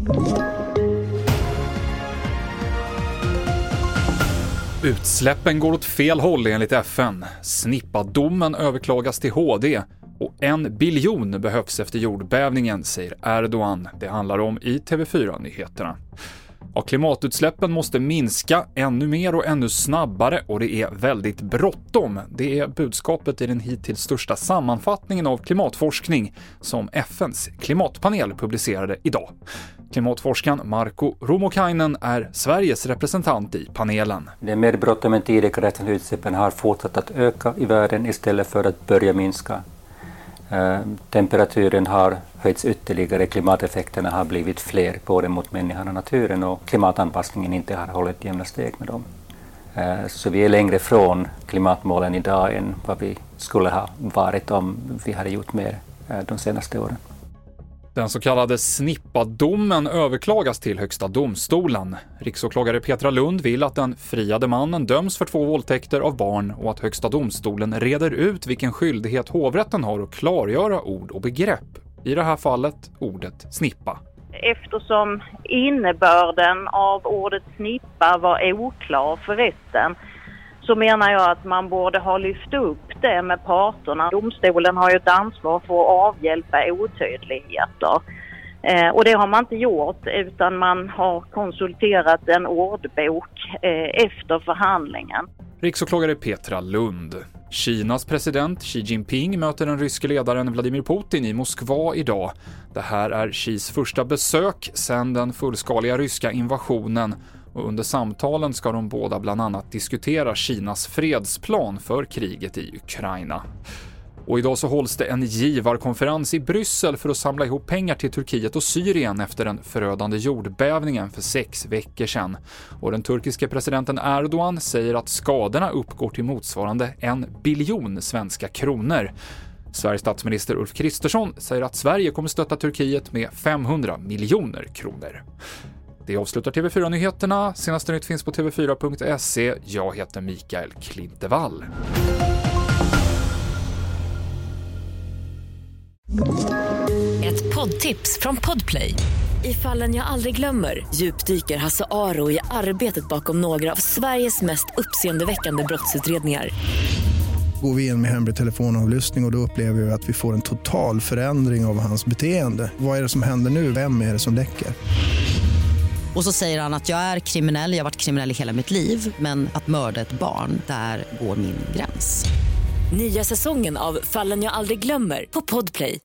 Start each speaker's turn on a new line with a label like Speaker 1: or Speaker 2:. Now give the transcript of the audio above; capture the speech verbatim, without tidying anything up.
Speaker 1: Utsläppen går åt fel håll enligt F N. Snippa-domen överklagas till H D och en biljon behövs efter jordbävningen, säger Erdogan. Det handlar om i T V fyra-nyheterna. Ja, klimatutsläppen måste minska ännu mer och ännu snabbare och det är väldigt bråttom. Det är budskapet i den hittills största sammanfattningen av klimatforskning som F N:s klimatpanel publicerade idag. Klimatforskaren Marko Ruohokainen är Sveriges representant i panelen.
Speaker 2: Det är mer bråttom än tidigare att utsläppen har fortsatt att öka i världen istället för att börja minska. Eh, temperaturen har höjts ytterligare, klimateffekterna har blivit fler både mot människan och naturen och klimatanpassningen inte har hållit jämna steg med dem. Eh, så vi är längre från klimatmålen idag än vad vi skulle ha varit om vi hade gjort mer eh, de senaste åren.
Speaker 1: Den så kallade Snippa-domen överklagas till Högsta domstolen. Riksåklagare Petra Lund vill att den friade mannen döms för två våldtäkter av barn och att Högsta domstolen reder ut vilken skyldighet hovrätten har att klargöra ord och begrepp. I det här fallet ordet snippa.
Speaker 3: Eftersom innebörden av ordet snippa var oklar för rätten så menar jag att man borde ha lyft upp det med parterna. Domstolen har ju ett ansvar för att avhjälpa otydligheter. Eh, och det har man inte gjort utan man har konsulterat en ordbok eh, efter förhandlingen.
Speaker 1: Riksåklagare Petra Lund. Kinas president Xi Jinping möter den ryske ledaren Vladimir Putin i Moskva idag. Det här är Xis första besök sedan den fullskaliga ryska invasionen. Och under samtalen ska de båda bland annat diskutera Kinas fredsplan för kriget i Ukraina. Och idag så hålls det en givarkonferens i Bryssel för att samla ihop pengar till Turkiet och Syrien efter den förödande jordbävningen för sex veckor sedan. Och den turkiske presidenten Erdogan säger att skadorna uppgår till motsvarande en biljon svenska kronor. Sveriges statsminister Ulf Kristersson säger att Sverige kommer stötta Turkiet med femhundra miljoner kronor. Det avslutar T V fyra-nyheterna. Senaste nytt finns på t v fyra punkt se. Jag heter Mikael Klintevall.
Speaker 4: Ett poddtips från Podplay. I Fallen jag aldrig glömmer djupdyker Hasse Aro i arbetet bakom några av Sveriges mest uppseendeväckande brottsutredningar.
Speaker 5: Går vi in med hemlig telefonavlyssning och, och då upplever vi att vi får en total förändring av hans beteende. Vad är det som händer nu? Vem är det som läcker?
Speaker 6: Och så säger han att jag är kriminell, jag har varit kriminell i hela mitt liv. Men att mörda ett barn, där går min gräns.
Speaker 4: Nya säsongen av Fallen jag aldrig glömmer på Podplay.